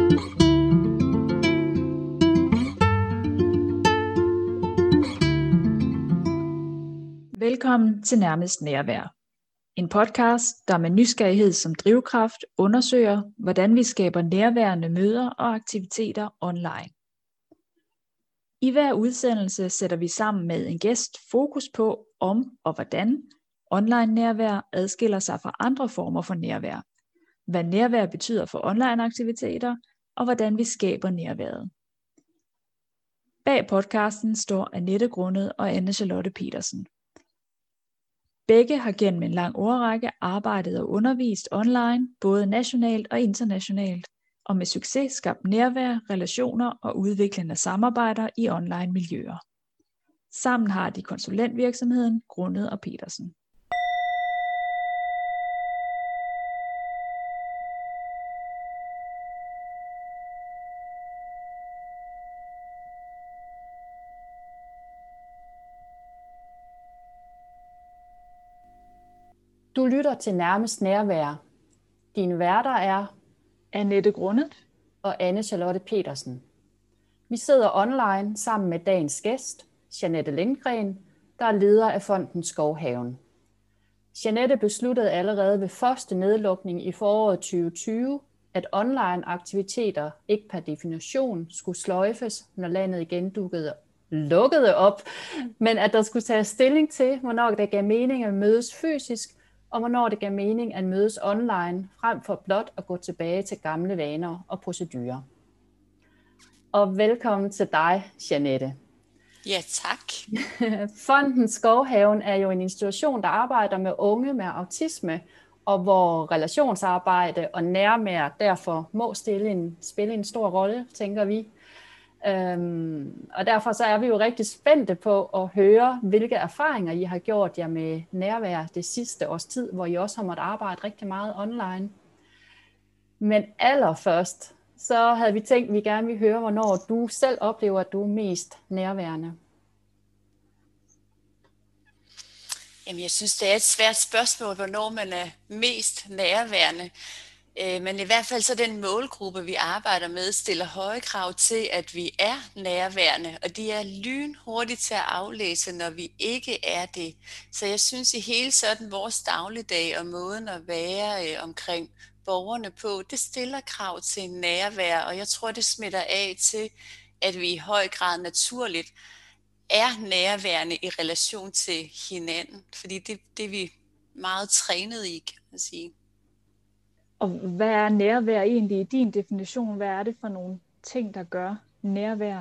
Velkommen til Nærmest Nærvær. En podcast, der med nysgerrighed som drivkraft undersøger, hvordan vi skaber nærværende møder og aktiviteter online. I hver udsendelse sætter vi sammen med en gæst fokus på, om og hvordan online nærvær adskiller sig fra andre former for nærvær, hvad nærvær betyder for online aktiviteter, og hvordan vi skaber nærværet. Bag podcasten står Annette Grundet og Anne-Charlotte Petersen. Begge har gennem en lang årrække arbejdet og undervist online, både nationalt og internationalt, og med succes skabt nærvær, relationer og udviklende samarbejder i online miljøer. Sammen har de konsulentvirksomheden Grundet og Petersen. Du lytter til Nærmest Nærvær. Dine værter er Annette Grundet og Anne-Charlotte Petersen. Vi sidder online sammen med dagens gæst, Jeanette Lindgren, der er leder af Fonden Skovhaven. Jeanette besluttede allerede ved første nedlukning i foråret 2020, at online aktiviteter ikke per definition skulle sløjfes, når landet igen lukkede op, men at der skulle tages stilling til, hvornår det gav mening at mødes fysisk, og hvornår det gav mening at mødes online, frem for blot at gå tilbage til gamle vaner og procedurer. Og velkommen til dig, Jeanette. Ja, tak. Fonden Skovhaven er jo en institution, der arbejder med unge med autisme, og hvor relationsarbejde og nærvær derfor må spille en stor rolle, tænker vi. Og derfor så er vi jo rigtig spændte på at høre, hvilke erfaringer I har gjort jer med nærvær det sidste års tid, hvor I også har måttet arbejde rigtig meget online. Men allerførst, så havde vi tænkt, at vi gerne vil høre, hvornår du selv oplever, at du er mest nærværende. Jamen, jeg synes, det er et svært spørgsmål, hvornår man er mest nærværende. Men i hvert fald så den målgruppe, vi arbejder med, stiller høje krav til, at vi er nærværende, og de er lynhurtigt til at aflæse, når vi ikke er det. Så jeg synes i hele sådan vores dagligdag og måden at være omkring borgerne på, det stiller krav til nærvær, og jeg tror, det smitter af til, at vi i høj grad naturligt er nærværende i relation til hinanden, fordi det er vi meget trænet i, kan man sige. Og hvad er nærvær egentlig i din definition? Hvad er det for nogle ting, der gør nærvær?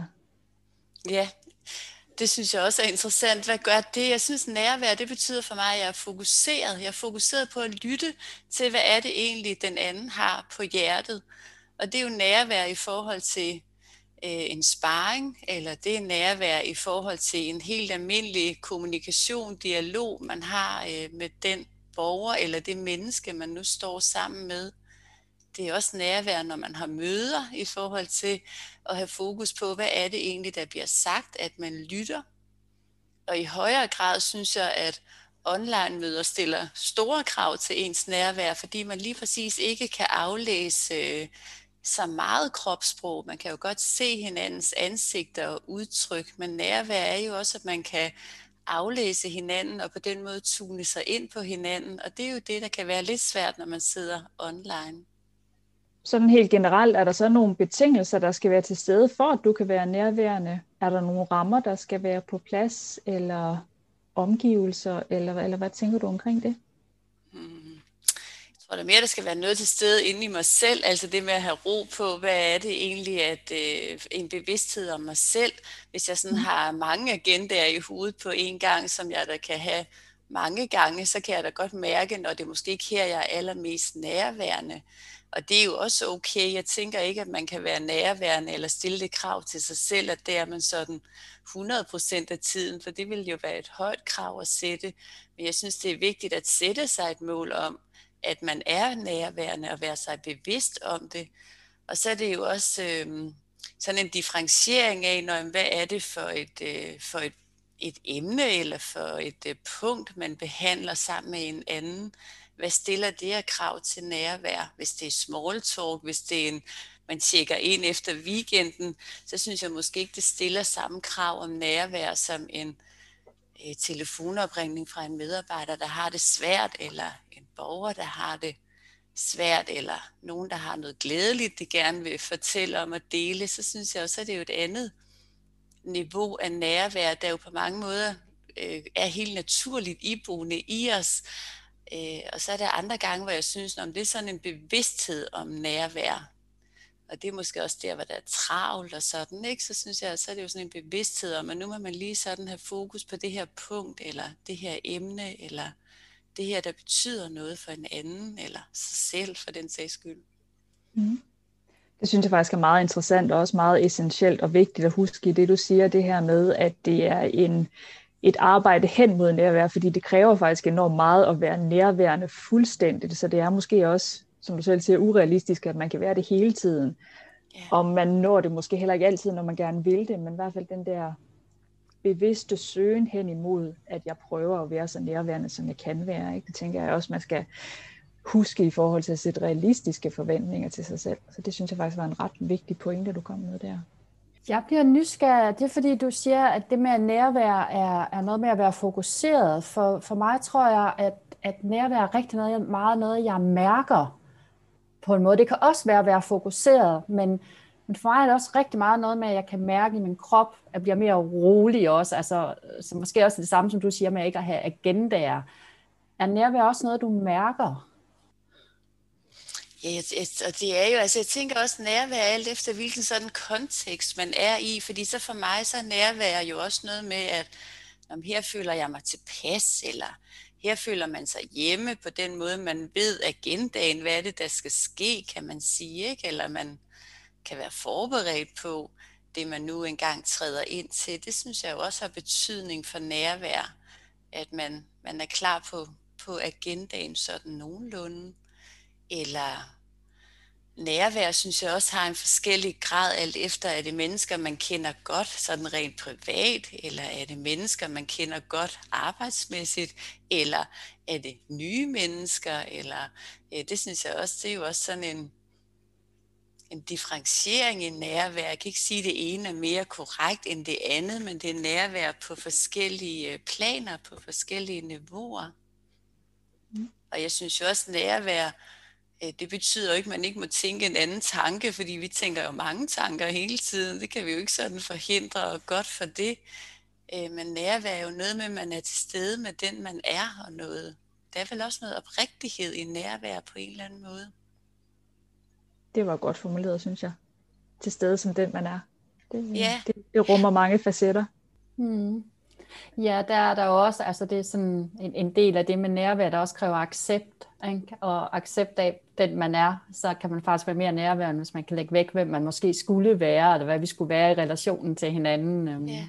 Ja, det synes jeg også er interessant. Hvad gør det? Jeg synes nærvær, det betyder for mig, at jeg er fokuseret. Jeg er fokuseret på at lytte til, hvad er det egentlig, den anden har på hjertet. Og det er jo nærvær i forhold til en sparring, eller det er nærvær i forhold til en helt almindelig kommunikation, dialog, man har med den borger eller det menneske, man nu står sammen med. Det er også nærvær, når man har møder i forhold til at have fokus på, hvad er det egentlig, der bliver sagt, at man lytter. Og i højere grad synes jeg, at online-møder stiller store krav til ens nærvær, fordi man lige præcis ikke kan aflæse så meget kropssprog. Man kan jo godt se hinandens ansigter og udtryk, men nærvær er jo også, at man kan aflæse hinanden og på den måde tune sig ind på hinanden. Og det er jo det, der kan være lidt svært, når man sidder online. Sådan helt generelt, er der så nogle betingelser, der skal være til stede for, at du kan være nærværende? Er der nogle rammer, der skal være på plads, eller omgivelser, eller hvad tænker du omkring det? Jeg tror, der mere, der skal være noget til stede inde i mig selv, altså det med at have ro på, hvad er det egentlig, at en bevidsthed om mig selv, hvis jeg sådan har mange agendaer i hovedet på en gang, som jeg da kan have mange gange, så kan jeg da godt mærke, når det er måske ikke her, jeg er allermest nærværende. Og det er jo også okay. Jeg tænker ikke, at man kan være nærværende eller stille det krav til sig selv, at det er man sådan 100% af tiden, for det vil jo være et højt krav at sætte. Men jeg synes, det er vigtigt at sætte sig et mål om, at man er nærværende og være sig bevidst om det. Og så er det jo også sådan en differentiering af, hvad er det for et emne eller for et punkt, man behandler sammen med en anden. hvad stiller det af krav til nærvær? Hvis det er small talk, hvis det er man tjekker ind efter weekenden, så synes jeg måske ikke, det stiller samme krav om nærvær som en telefonopringning fra en medarbejder, der har det svært, eller en borger, der har det svært, eller nogen, der har noget glædeligt, de gerne vil fortælle om at dele, så synes jeg også, at det er jo et andet niveau af nærvær, der jo på mange måder er helt naturligt iboende i os. Og så er der andre gange, hvor jeg synes, om det er sådan en bevidsthed om nærvær, og det er måske også der, hvor der er travlt og sådan, ikke? Så synes jeg, så er det jo sådan en bevidsthed om, at nu må man lige sådan have fokus på det her punkt, eller det her emne, eller det her, der betyder noget for en anden, eller sig selv for den sags skyld. Mm. Det synes jeg faktisk er meget interessant, og også meget essentielt og vigtigt at huske i det, du siger, det her med, at det er et arbejde hen mod nærvær, fordi det kræver faktisk enormt meget at være nærværende fuldstændigt, så det er måske også, som du selv siger, urealistisk, at man kan være det hele tiden. Yeah. Og man når det måske heller ikke altid, når man gerne vil det, men i hvert fald den der bevidste søgen hen imod, at jeg prøver at være så nærværende, som jeg kan være. Ikke? Det tænker jeg også, man skal huske i forhold til at sætte realistiske forventninger til sig selv. Så det synes jeg faktisk var en ret vigtig pointe, du kom med der. Jeg bliver nysgerrig. Det er fordi, du siger, at det med nærvær er noget med at være fokuseret. For mig tror jeg, at nærvær er rigtig meget noget, jeg mærker på en måde. Det kan også være at være fokuseret, men for mig er det også rigtig meget noget med, at jeg kan mærke i min krop, at jeg bliver mere rolig også. Altså, så måske også det samme, som du siger med ikke at have agendaer. Er nærvær også noget, du mærker? Ja, og det er jo, altså jeg tænker også nærvær alt efter hvilken sådan kontekst man er i, fordi så for mig så er nærvær jo også noget med, at her føler jeg mig tilpas, eller her føler man sig hjemme på den måde, man ved agendaen, hvad er det, der skal ske, kan man sige, ikke? Eller man kan være forberedt på det, man nu engang træder ind til. Det synes jeg jo også har betydning for nærvær, at man er klar på agendaen sådan nogenlunde. Eller nærvær, synes jeg også har en forskellig grad, alt efter, er det mennesker, man kender godt, sådan rent privat, eller er det mennesker, man kender godt arbejdsmæssigt, eller er det nye mennesker, eller det synes jeg også, det er jo også sådan en differentiering i nærvær. Jeg kan ikke sige, at det ene er mere korrekt end det andet, men det er nærvær på forskellige planer, på forskellige niveauer. Og jeg synes jo også, nærvær, det betyder jo ikke, at man ikke må tænke en anden tanke, fordi vi tænker jo mange tanker hele tiden. Det kan vi jo ikke sådan forhindre, og godt for det. Men nærvær er jo noget med, at man er til stede med den, man er, og noget. Der er vel også noget oprigtighed i nærvær på en eller anden måde. Det var godt formuleret, synes jeg. Til stede som den, man er. Ja. Det rummer mange facetter. Ja, der er der jo også, altså det er sådan en del af det med nærvær, der også kræver accept, ikke? Og accept af den, man er, så kan man faktisk være mere nærværende, hvis man kan lægge væk, hvem man måske skulle være, eller hvad vi skulle være i relationen til hinanden. Ja.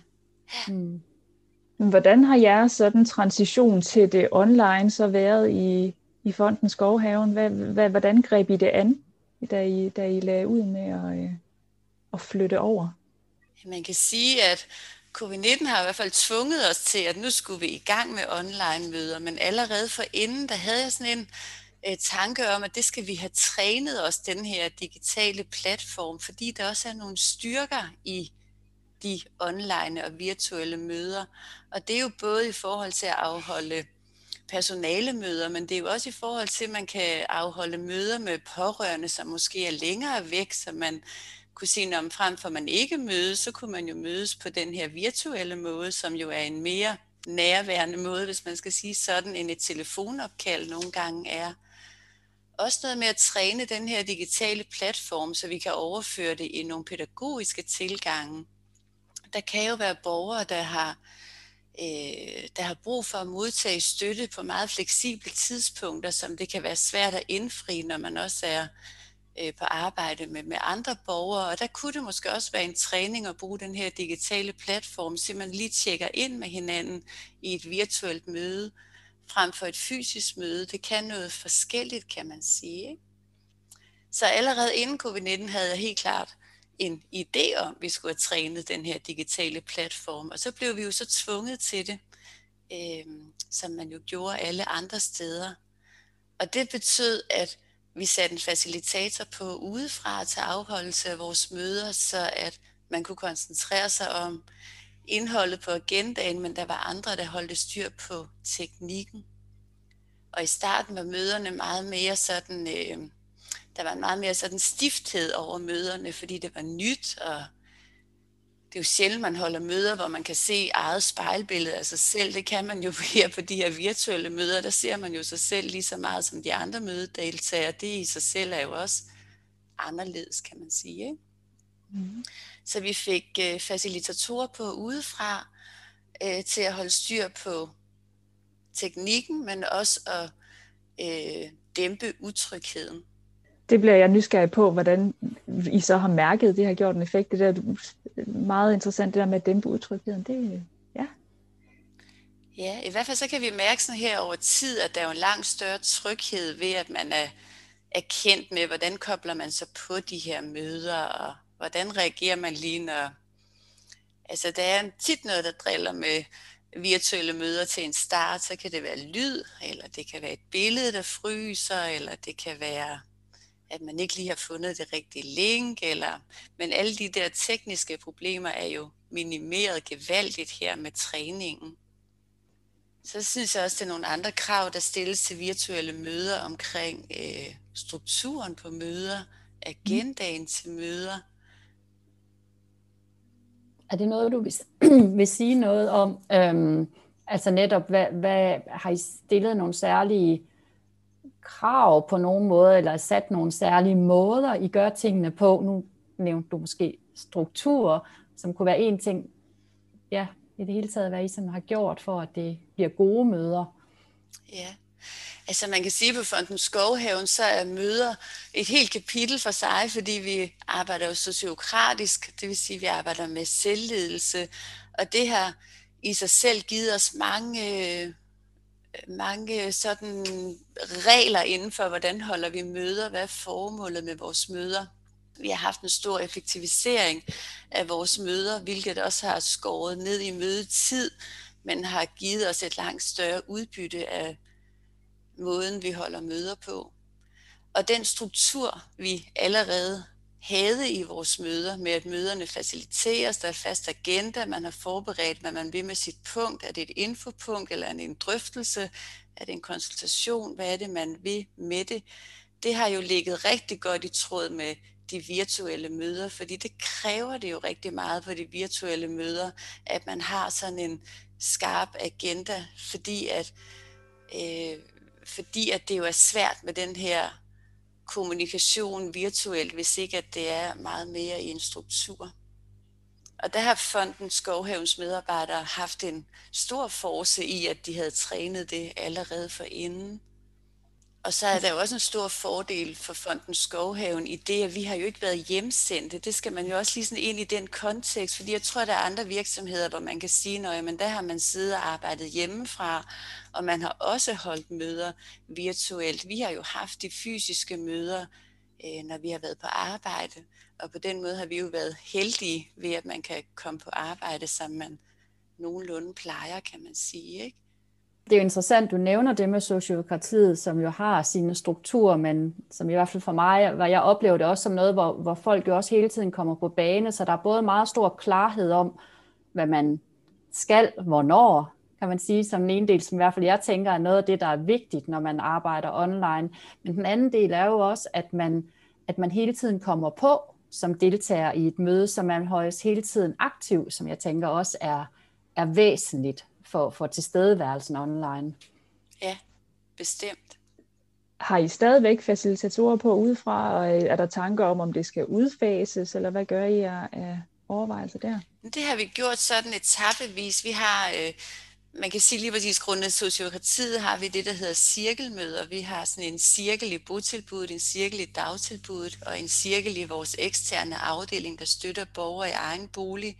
Hvordan har jeres sådan transition til det online så været i Fonden Skovhaven? Hvordan greb I det an, da I lagde ud med at flytte over? Man kan sige, at covid-19 har i hvert fald tvunget os til, at nu skulle vi i gang med online-møder, men allerede for inden, der havde jeg sådan en tanke om, at det skal vi have trænet os, den her digitale platform, fordi der også er nogle styrker i de online og virtuelle møder. Og det er jo både i forhold til at afholde personalemøder, men det er jo også i forhold til, at man kan afholde møder med pårørende, som måske er længere væk, så man kunne sige, om frem for man ikke mødes, så kunne man jo mødes på den her virtuelle måde, som jo er en mere nærværende måde, hvis man skal sige sådan, end et telefonopkald nogle gange er. Også noget med at træne den her digitale platform, så vi kan overføre det i nogle pædagogiske tilgange. Der kan jo være borgere, der har brug for at modtage støtte på meget fleksible tidspunkter, som det kan være svært at indfri, når man også er på arbejde med andre borgere, og der kunne det måske også være en træning at bruge den her digitale platform, så man lige tjekker ind med hinanden i et virtuelt møde, frem for et fysisk møde. Det kan noget forskelligt, kan man sige, ikke? Så allerede inden covid-19 havde jeg helt klart en idé om, at vi skulle have trænet den her digitale platform, og så blev vi jo så tvunget til det, som man jo gjorde alle andre steder. Og det betød, at vi satte en facilitator på udefra til afholdelse af vores møder, så at man kunne koncentrere sig om indholdet på agendaen, men der var andre, der holdt styr på teknikken. Og i starten var møderne meget mere sådan, der var en meget mere sådan stifthed over møderne, fordi det var nyt, og det er jo sjældent, man holder møder, hvor man kan se eget spejlbillede af sig selv. Det kan man jo her på de her virtuelle møder. Der ser man jo sig selv lige så meget som de andre mødedeltagere. Det i sig selv er jo også anderledes, kan man sige. Ikke? Mm. Så vi fik facilitatorer på udefra til at holde styr på teknikken, men også at dæmpe utrygheden. Det bliver jeg nysgerrig på, hvordan I så har mærket, det har gjort en effekt. Det der meget interessant, det der med at dæmpe utrygheden. Det, ja. Ja, i hvert fald så kan vi mærke sådan her over tid, at der er jo en langt større tryghed ved, at man er kendt med, hvordan kobler man sig på de her møder, og hvordan reagerer man lige når... Altså der er tit noget, der driller med virtuelle møder til en start, så kan det være lyd, eller det kan være et billede, der fryser, eller det kan være, at man ikke lige har fundet det rigtige link, men alle de der tekniske problemer er jo minimeret gevaldigt her med træningen. Så synes jeg også, det er nogle andre krav, der stilles til virtuelle møder omkring strukturen på møder, agendaen til møder. Er det noget, du vil sige noget om? Altså netop, hvad har I stillet nogle særlige krav på nogen måde, eller sat nogle særlige måder, I gør tingene på? Nu nævnte du måske strukturer, som kunne være en ting, ja, i det hele taget, hvad I sådan har gjort for, at det bliver gode møder. Ja, altså man kan sige på Fonden Skovhaven, så er møder et helt kapitel for sig, fordi vi arbejder jo sociokratisk, det vil sige, at vi arbejder med selvledelse, og det har i sig selv givet os mange sådan regler inden for, hvordan holder vi møder, hvad er formålet med vores møder. Vi har haft en stor effektivisering af vores møder, hvilket også har skåret ned i mødetid, men har givet os et langt større udbytte af måden, vi holder møder på. Og den struktur, vi allerede havde i vores møder, med at møderne faciliteres, der er fast agenda, man har forberedt, hvad man vil med sit punkt, er det et infopunkt, eller en drøftelse, er det en konsultation, hvad er det, man vil med det. Det har jo ligget rigtig godt i tråd med de virtuelle møder, fordi det kræver det jo rigtig meget på de virtuelle møder, at man har sådan en skarp agenda, fordi at det jo er svært med den her kommunikation virtuelt, hvis ikke at det er meget mere i en struktur. Og der har Fonden Skovhavens medarbejdere haft en stor force i, at de havde trænet det allerede forinden. Og så er der jo også en stor fordel for Fonden Skovhaven i det, at vi har jo ikke været hjemsendte. Det skal man jo også lige sådan ind i den kontekst, fordi jeg tror, der er andre virksomheder, hvor man kan sige, at der har man siddet og arbejdet hjemmefra, og man har også holdt møder virtuelt. Vi har jo haft de fysiske møder, når vi har været på arbejde, og på den måde har vi jo været heldige ved, at man kan komme på arbejde, som man nogenlunde plejer, kan man sige, ikke? Det er jo interessant, du nævner det med sociokratiet, som jo har sine strukturer, men som i hvert fald for mig, hvor jeg oplever det også som noget, hvor folk jo også hele tiden kommer på bane, så der er både meget stor klarhed om, hvad man skal, hvornår, kan man sige, som en ene del, som i hvert fald jeg tænker er noget af det, der er vigtigt, når man arbejder online. Men den anden del er jo også, at man hele tiden kommer på som deltager i et møde, så man holdes hele tiden aktiv, som jeg tænker også er væsentligt for tilstedeværelsen online. Ja, bestemt. Har I stadigvæk facilitatorer på udefra, og er der tanker om det skal udfases, eller hvad gør I af overvejelser der? Det har vi gjort sådan etapevis. Vi har, man kan sige lige præcis grundet sociokratiet, har vi det, der hedder cirkelmøder. Vi har sådan en cirkel i botilbuddet, en cirkel i dagtilbuddet, og en cirkel i vores eksterne afdeling, der støtter borgere i egen bolig.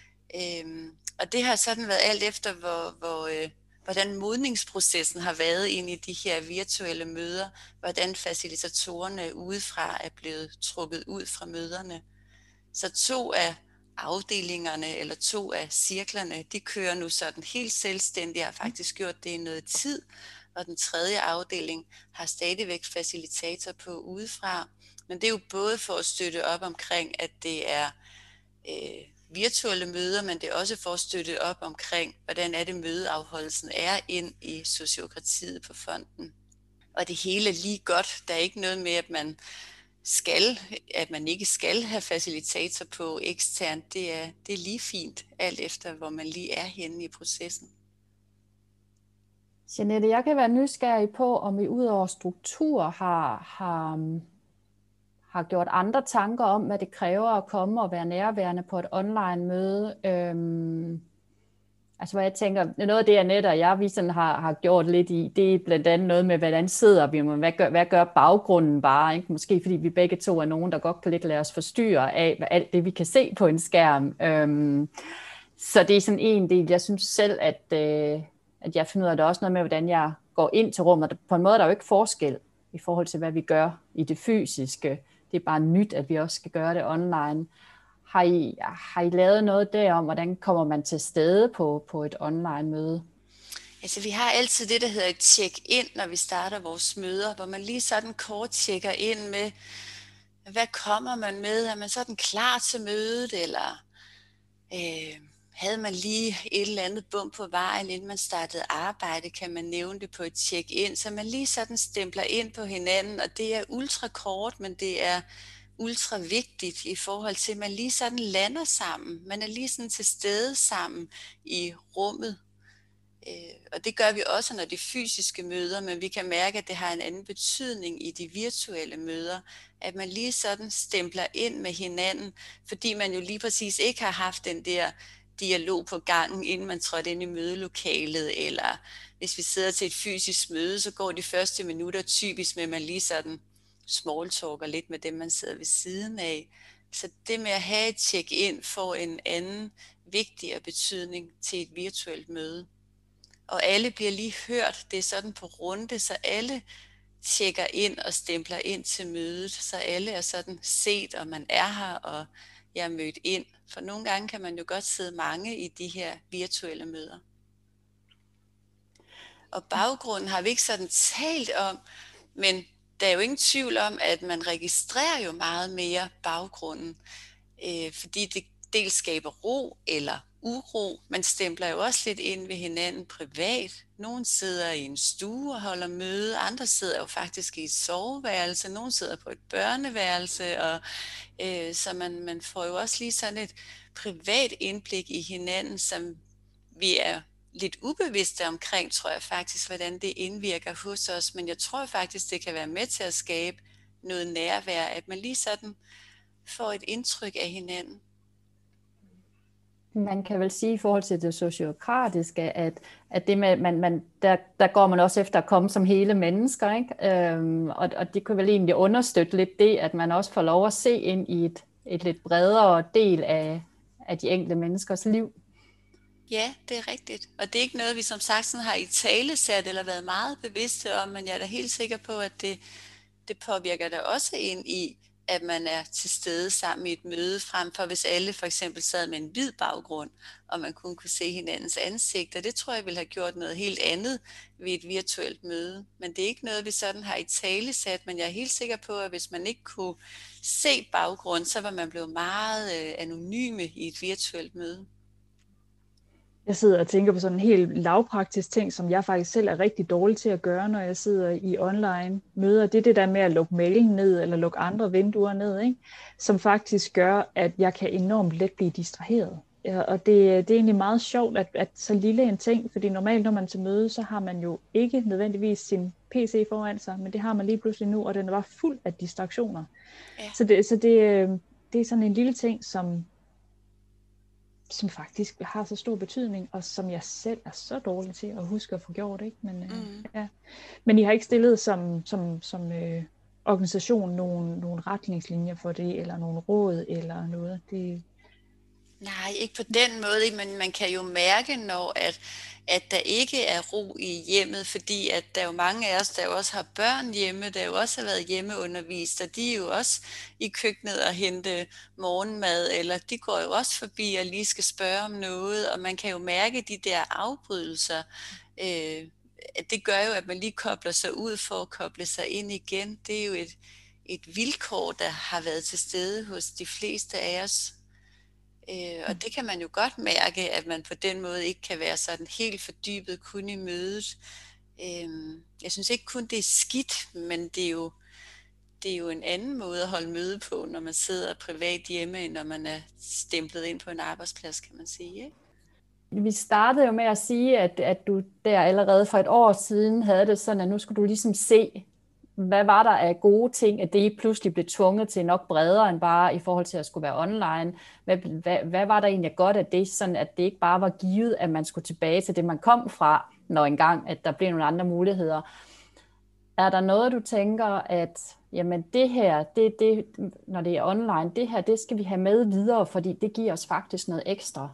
Og det har sådan været alt efter, hvordan modningsprocessen har været ind i de her virtuelle møder, hvordan facilitatorerne udefra er blevet trukket ud fra møderne. Så 2 af afdelingerne eller 2 af cirklerne, de kører nu sådan helt selvstændigt, har faktisk gjort det i noget tid, og den tredje afdeling har stadigvæk facilitator på udefra. Men det er jo både for at støtte op omkring, at det er virtuelle møder, men det er også for at støtte op omkring, hvordan er det mødeafholdelsen er ind i sociokratiet på fonden. Og det hele er lige godt. Der er ikke noget med, at man ikke skal have facilitator på eksternt. Det er lige fint, alt efter hvor man lige er henne i processen. Jeanette, jeg kan være nysgerrig på, om I ud over struktur har gjort andre tanker om, hvad det kræver at komme og være nærværende på et online møde. Altså hvor jeg tænker, noget af det Annette og jeg vi sådan har gjort lidt i, det er blandt andet noget med, hvordan sidder vi, hvad gør baggrunden bare, ikke? Måske fordi vi begge to er nogen, der godt kan lidt lade os forstyrre af alt det, vi kan se på en skærm. Så det er sådan en del, jeg synes selv, at jeg finder ud af det også noget med, hvordan jeg går ind til rummet. På en måde der er jo ikke forskel i forhold til, hvad vi gør i det fysiske. Det er bare nyt, at vi også skal gøre det online. Har I lavet noget derom, hvordan kommer man til stede på et online møde? Altså vi har altid det, der hedder et check-in, når vi starter vores møder, hvor man lige sådan kort tjekker ind med, hvad kommer man med? Er man sådan klar til mødet, eller havde man lige et eller andet bump på vejen, inden man startede arbejde, kan man nævne det på et check-in, så man lige sådan stempler ind på hinanden, og det er ultra kort, men det er ultra vigtigt i forhold til, at man lige sådan lander sammen. Man er lige sådan til stede sammen i rummet. Og det gør vi også, når det er fysiske møder, men vi kan mærke, at det har en anden betydning i de virtuelle møder, at man lige sådan stempler ind med hinanden, fordi man jo lige præcis ikke har haft den der dialog på gangen, inden man trådte ind i mødelokalet, eller hvis vi sidder til et fysisk møde, så går de første minutter typisk med, at man lige sådan smalltalker lidt med dem, man sidder ved siden af. Så det med at have et check-in får en anden vigtigere betydning til et virtuelt møde. Og alle bliver lige hørt, det er sådan på runde, så alle tjekker ind og stempler ind til mødet, så alle er sådan set, og man er her, og jeg er mødt ind. For nogle gange kan man jo godt sidde mange i de her virtuelle møder. Og baggrunden har vi ikke sådan talt om, men der er jo ingen tvivl om, at man registrerer jo meget mere baggrunden, fordi det dels skaber ro eller uro. Man stempler jo også lidt ind ved hinanden privat. Nogle sidder i en stue og holder møde, andre sidder jo faktisk i et soveværelse, nogle sidder på et børneværelse, og så man får jo også lige sådan et privat indblik i hinanden, som vi er lidt ubevidste omkring, tror jeg faktisk, hvordan det indvirker hos os. Men jeg tror faktisk, det kan være med til at skabe noget nærvær, at man lige sådan får et indtryk af hinanden. Man kan vel sige i forhold til det sociokratiske, at det med, der går man også efter at komme som hele mennesker, ikke? Og det kan vel egentlig understøtte lidt det, at man også får lov at se ind i et lidt bredere del af de enkelte menneskers liv. Ja, det er rigtigt. Og det er ikke noget, vi som sagt sådan har i talesat eller været meget bevidste om, men jeg er da helt sikker på, at det påvirker da også ind i, at man er til stede sammen i et møde, frem for hvis alle for eksempel sad med en hvid baggrund, og man kun kunne se hinandens ansigter. Det tror jeg ville have gjort noget helt andet ved et virtuelt møde. Men det er ikke noget, vi sådan har i talesat, men jeg er helt sikker på, at hvis man ikke kunne se baggrund, så var man blevet meget anonyme i et virtuelt møde. Jeg sidder og tænker på sådan en helt lavpraktisk ting, som jeg faktisk selv er rigtig dårlig til at gøre, når jeg sidder i online møder. Det er det der med at lukke mailen ned, eller lukke andre vinduer ned, ikke? Som faktisk gør, at jeg kan enormt let blive distraheret. Og det er egentlig meget sjovt, at så lille en ting, fordi normalt når man er til møde, så har man jo ikke nødvendigvis sin PC foran sig, men det har man lige pludselig nu, og den var fuld af distraktioner. Ja. Så det er sådan en lille ting, som faktisk har så stor betydning, og som jeg selv er så dårlig til at huske at få gjort, ikke? Men, ja. Men I har ikke stillet som organisation nogle retningslinjer for det, eller nogle råd, eller noget? Nej, ikke på den måde, men man kan jo mærke, når at der ikke er ro i hjemmet, fordi at der er jo mange af os, der jo også har børn hjemme, der jo også har været hjemmeundervist, og de er jo også i køkkenet og hente morgenmad, eller de går jo også forbi og lige skal spørge om noget, og man kan jo mærke de der afbrydelser det gør jo, at man lige kobler sig ud for at koble sig ind igen. Det er jo et vilkår, der har været til stede hos de fleste af os. Og det kan man jo godt mærke, at man på den måde ikke kan være sådan helt fordybet kun i mødet. Jeg synes ikke kun det er skidt, men det er jo en anden måde at holde møde på, når man sidder privat hjemme, end når man er stemplet ind på en arbejdsplads, kan man sige, ikke? Vi startede jo med at sige, at du der allerede for et år siden havde det sådan, at nu skulle du ligesom se, hvad var der af gode ting, at det pludselig blev tvunget til nok bredere end bare i forhold til at skulle være online. Hvad var der egentlig godt af det, sådan at det ikke bare var givet, at man skulle tilbage til det, man kom fra, når engang, at der blev nogle andre muligheder. Er der noget, du tænker, at jamen det her, det, når det er online, det her, det skal vi have med videre, fordi det giver os faktisk noget ekstra?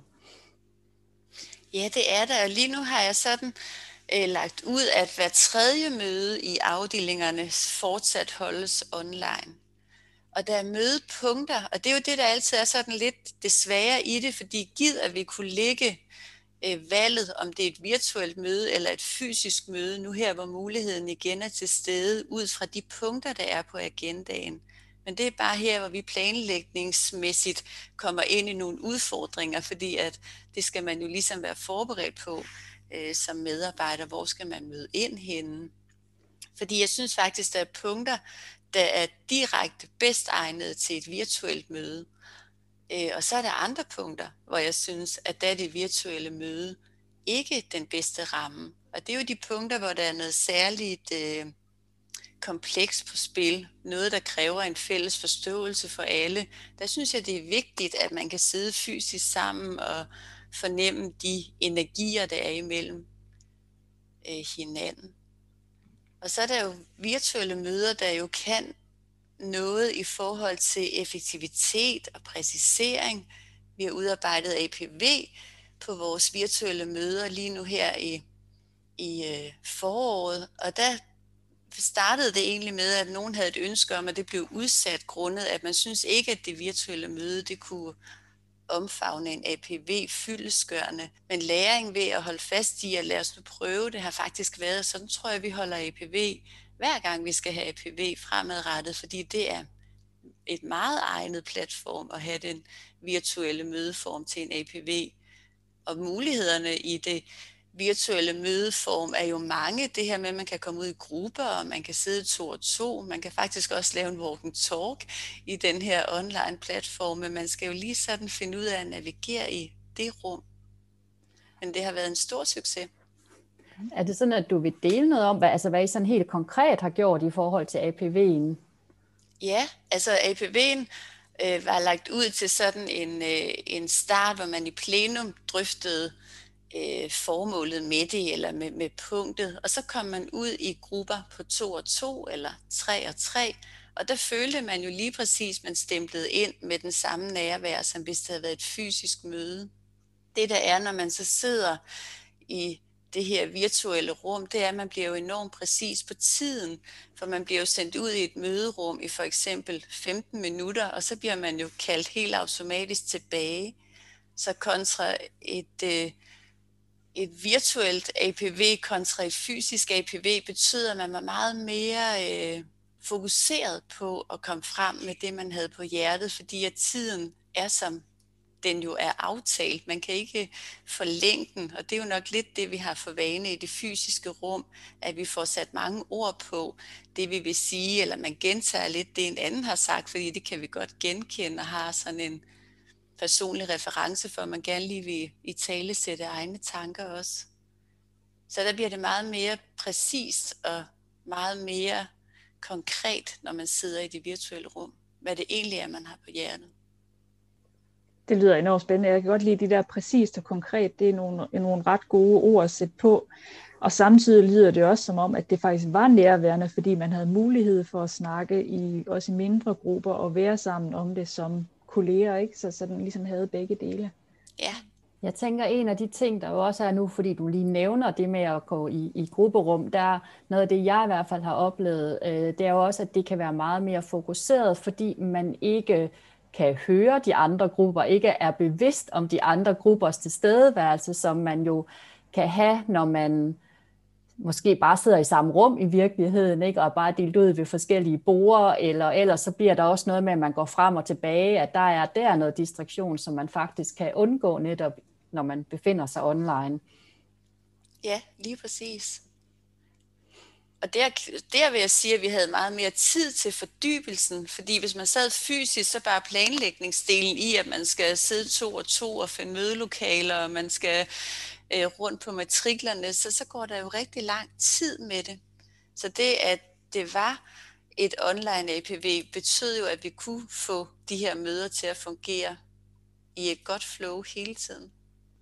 Ja, det er der. Og lige nu har jeg sådan lagt ud, at hver tredje møde i afdelingerne fortsat holdes online. Og der er mødepunkter, og det er jo det, der altid er sådan lidt det svære i det, fordi gider vi kunne lægge valget, om det er et virtuelt møde eller et fysisk møde, nu her, hvor muligheden igen er til stede, ud fra de punkter, der er på agendaen. Men det er bare her, hvor vi planlægningsmæssigt kommer ind i nogle udfordringer, fordi at det skal man jo ligesom være forberedt på som medarbejder. Hvor skal man møde ind henne? Fordi jeg synes faktisk, der er punkter, der er direkte bedst egnet til et virtuelt møde. Og så er der andre punkter, hvor jeg synes, at der er det virtuelle møde ikke den bedste ramme. Og det er jo de punkter, hvor der er noget særligt kompleks på spil. Noget, der kræver en fælles forståelse for alle. Der synes jeg, det er vigtigt, at man kan sidde fysisk sammen og fornemme de energier, der er imellem hinanden. Og så er der jo virtuelle møder, der jo kan noget i forhold til effektivitet og præcisering. Vi har udarbejdet APV på vores virtuelle møder lige nu her i foråret, og der startede det egentlig med, at nogen havde et ønske om, at det blev udsat grundet, at man synes ikke, at det virtuelle møde, det kunne omfavne en APV fyldestgørende. Men læring ved at holde fast i, at lad os nu prøve det, har faktisk været, sådan tror jeg, vi holder APV hver gang vi skal have APV fremadrettet, fordi det er et meget egnet platform at have den virtuelle mødeform til en APV. Og mulighederne i det virtuelle mødeform er jo mange. Det her med, at man kan komme ud i grupper, og man kan sidde 2 og 2. Man kan faktisk også lave en walk and talk i den her online platform, men man skal jo lige sådan finde ud af at navigere i det rum. Men det har været en stor succes. Er det sådan, at du vil dele noget om, hvad I sådan helt konkret har gjort i forhold til APV'en? Ja, altså APV'en var lagt ud til sådan en start, hvor man i plenum drøftede formålet med det, eller med punktet, og så kom man ud i grupper på 2 og 2, eller 3 og 3, og der følte man jo lige præcis, man stemplede ind med den samme nærvær, som hvis det havde været et fysisk møde. Det der er, når man så sidder i det her virtuelle rum, det er, at man bliver jo enormt præcis på tiden, for man bliver jo sendt ud i et møderum i for eksempel 15 minutter, og så bliver man jo kaldt helt automatisk tilbage. Så kontra et virtuelt APV kontra et fysisk APV betyder, at man var meget mere fokuseret på at komme frem med det, man havde på hjertet, fordi at tiden er som den jo er aftalt. Man kan ikke forlænge den, og det er jo nok lidt det, vi har for vane i det fysiske rum, at vi får sat mange ord på det, vi vil sige, eller man gentager lidt det, en anden har sagt, fordi det kan vi godt genkende og har sådan en personlig reference for, at man gerne lige vil i tale sætte egne tanker også. Så der bliver det meget mere præcist og meget mere konkret, når man sidder i det virtuelle rum, hvad det egentlig er, man har på hjertet. Det lyder enormt spændende. Jeg kan godt lide de der præcist og konkret. Det er nogle ret gode ord at sætte på. Og samtidig lyder det også som om, at det faktisk var nærværende, fordi man havde mulighed for at snakke også i mindre grupper og være sammen om det som kolleger, ikke? Så den ligesom havde begge dele. Ja. Jeg tænker, en af de ting, der jo også er nu, fordi du lige nævner det med at gå i grupperum, der er noget af det, jeg i hvert fald har oplevet, det er jo også, at det kan være meget mere fokuseret, fordi man ikke kan høre de andre grupper, ikke er bevidst om de andre gruppers tilstedeværelse, som man jo kan have, når man måske bare sidder i samme rum i virkeligheden, ikke? Og er bare delt ud ved forskellige borde, eller ellers så bliver der også noget med, at man går frem og tilbage, at der er noget distraktion, som man faktisk kan undgå netop, når man befinder sig online. Ja, lige præcis. Og der vil jeg sige, at vi havde meget mere tid til fordybelsen, fordi hvis man sad fysisk, så bare planlægningsdelen i, at man skal sidde 2 og 2 og finde mødelokaler, og man skal rundt på matriklerne, så går der jo rigtig lang tid med det. Så det, at det var et online APV, betød jo, at vi kunne få de her møder til at fungere i et godt flow hele tiden.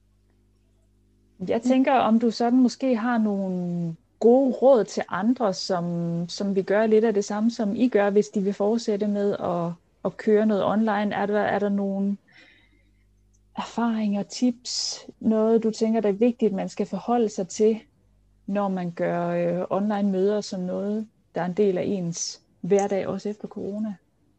Jeg tænker, om du sådan måske har nogle gode råd til andre, som vil gøre lidt af det samme, som I gør, hvis de vil fortsætte med at køre noget online. Er der nogle erfaringer, tips, noget du tænker, der er vigtigt, man skal forholde sig til, når man gør online møder som noget, der er en del af ens hverdag, også efter corona?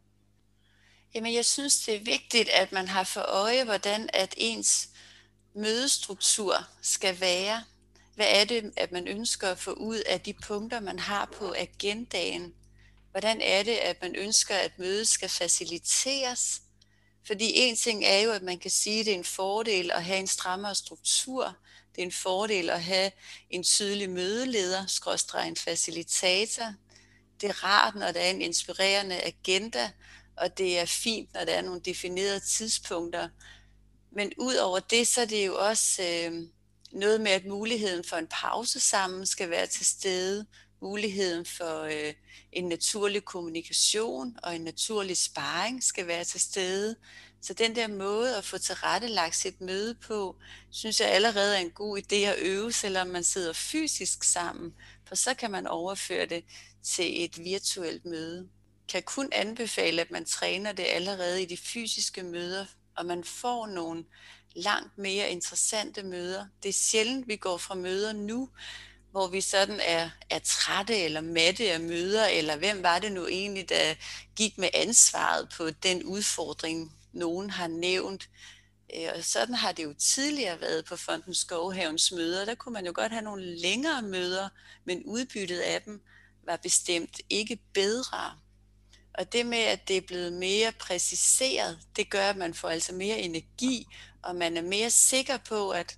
Jamen, jeg synes, det er vigtigt, at man har for øje, hvordan at ens mødestruktur skal være. Hvad er det, at man ønsker at få ud af de punkter, man har på agendaen? Hvordan er det, at man ønsker, at mødet skal faciliteres? Fordi en ting er jo, at man kan sige, at det er en fordel at have en strammere struktur. Det er en fordel at have en tydelig mødeleder, skråstreg en facilitator. Det er rart, når der er en inspirerende agenda, og det er fint, når der er nogle definerede tidspunkter. Men ud over det, så er det jo også noget med, at muligheden for en pause sammen skal være til stede. Muligheden for en naturlig kommunikation og en naturlig sparring skal være til stede. Så den der måde at få tilrettelagt sit møde på, synes jeg allerede er en god idé at øve, selvom man sidder fysisk sammen. For så kan man overføre det til et virtuelt møde. Kan kun anbefale, at man træner det allerede i de fysiske møder, og man får nogle langt mere interessante møder. Det er sjældent, vi går fra møder nu, hvor vi sådan er trætte eller matte af møder, eller hvem var det nu egentlig, der gik med ansvaret på den udfordring, nogen har nævnt. Og sådan har det jo tidligere været på Fonden Skovhavens møder. Der kunne man jo godt have nogle længere møder, men udbyttet af dem var bestemt ikke bedre. Og det med, at det er blevet mere præciseret, det gør, at man får altså mere energi, og man er mere sikker på, at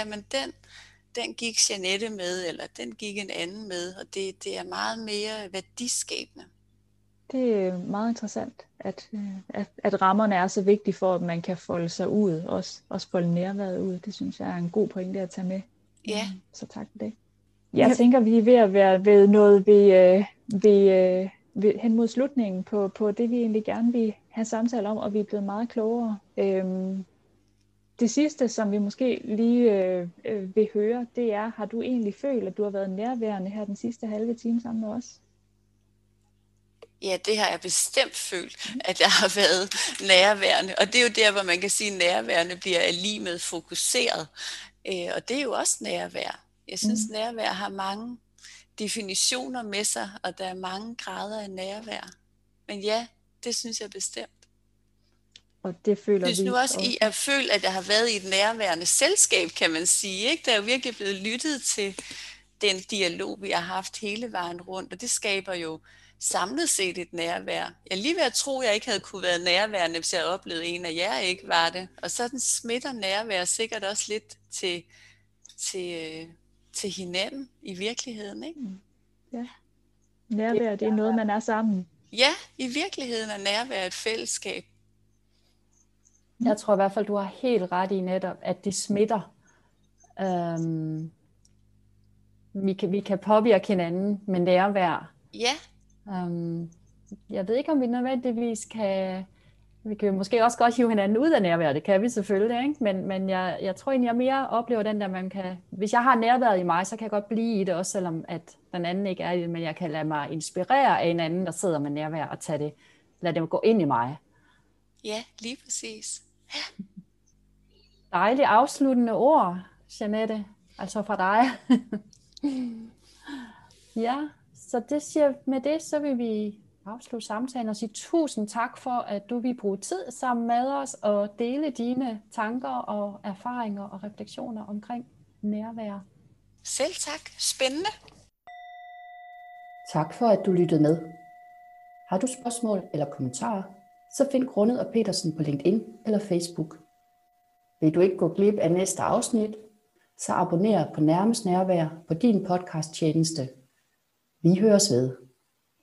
den gik Jeanette med, eller den gik en anden med, og det er meget mere værdiskabende. Det er meget interessant, at rammerne er så vigtige for, at man kan folde sig ud, også folde nærværet ud. Det synes jeg er en god pointe at tage med. Ja. Så tak for det. Jeg tænker, vi er ved at være ved noget hen mod slutningen på det, vi egentlig gerne vil have samtale om, og vi er blevet meget klogere. Det sidste, som vi måske lige vil høre, det er, har du egentlig følt, at du har været nærværende her den sidste halve time sammen med os? Ja, det har jeg bestemt følt, at jeg har været nærværende. Og det er jo der, hvor man kan sige, at nærværende bliver lig med fokuseret. Og det er jo også nærvær. Jeg synes, nærvær har mange definitioner med sig, og der er mange grader af nærvær. Men ja, det synes jeg bestemt. Og det føler jeg synes nu også, I har følt, at jeg har været i et nærværende selskab, kan man sige. Ikke? Der er jo virkelig blevet lyttet til den dialog, vi har haft hele vejen rundt, og det skaber jo samlet set et nærvær. Jeg lige ved at tro, at jeg ikke havde kunne være nærværende, hvis jeg oplevede en af jer ikke var det. Og så den smitter nærvær sikkert også lidt til hinanden i virkeligheden. Ikke? Ja. Nærvær, det er noget, man er sammen. Ja, i virkeligheden er nærvær et fællesskab. Jeg tror i hvert fald, du har helt ret i netop, at det smitter. Vi kan påvirke hinanden med nærvær. Ja. Jeg ved ikke, om vi nødvendigvis kan... Vi kan måske også godt hive hinanden ud af nærvær, det kan vi selvfølgelig, ikke? Men jeg tror egentlig, jeg mere oplever den der, man kan... Hvis jeg har nærværet i mig, så kan jeg godt blive i det, også selvom at den anden ikke er i det, men jeg kan lade mig inspirere af en anden, der sidder med nærvær, og lade dem gå ind i mig. Ja, lige præcis. Ja. Dejligt afsluttende ord, Jeanette, altså fra dig. Ja, så med det, så vil vi afslutte samtalen og sige tusind tak for, at du vil bruge tid sammen med os og dele dine tanker og erfaringer og refleksioner omkring nærvær. Selv tak. Spændende. Tak for, at du lyttede med. Har du spørgsmål eller kommentarer, så find Grundet og Petersen på LinkedIn eller Facebook. Vil du ikke gå glip af næste afsnit, så abonner på Nærmest Nærvær på din podcasttjeneste. Vi høres ved.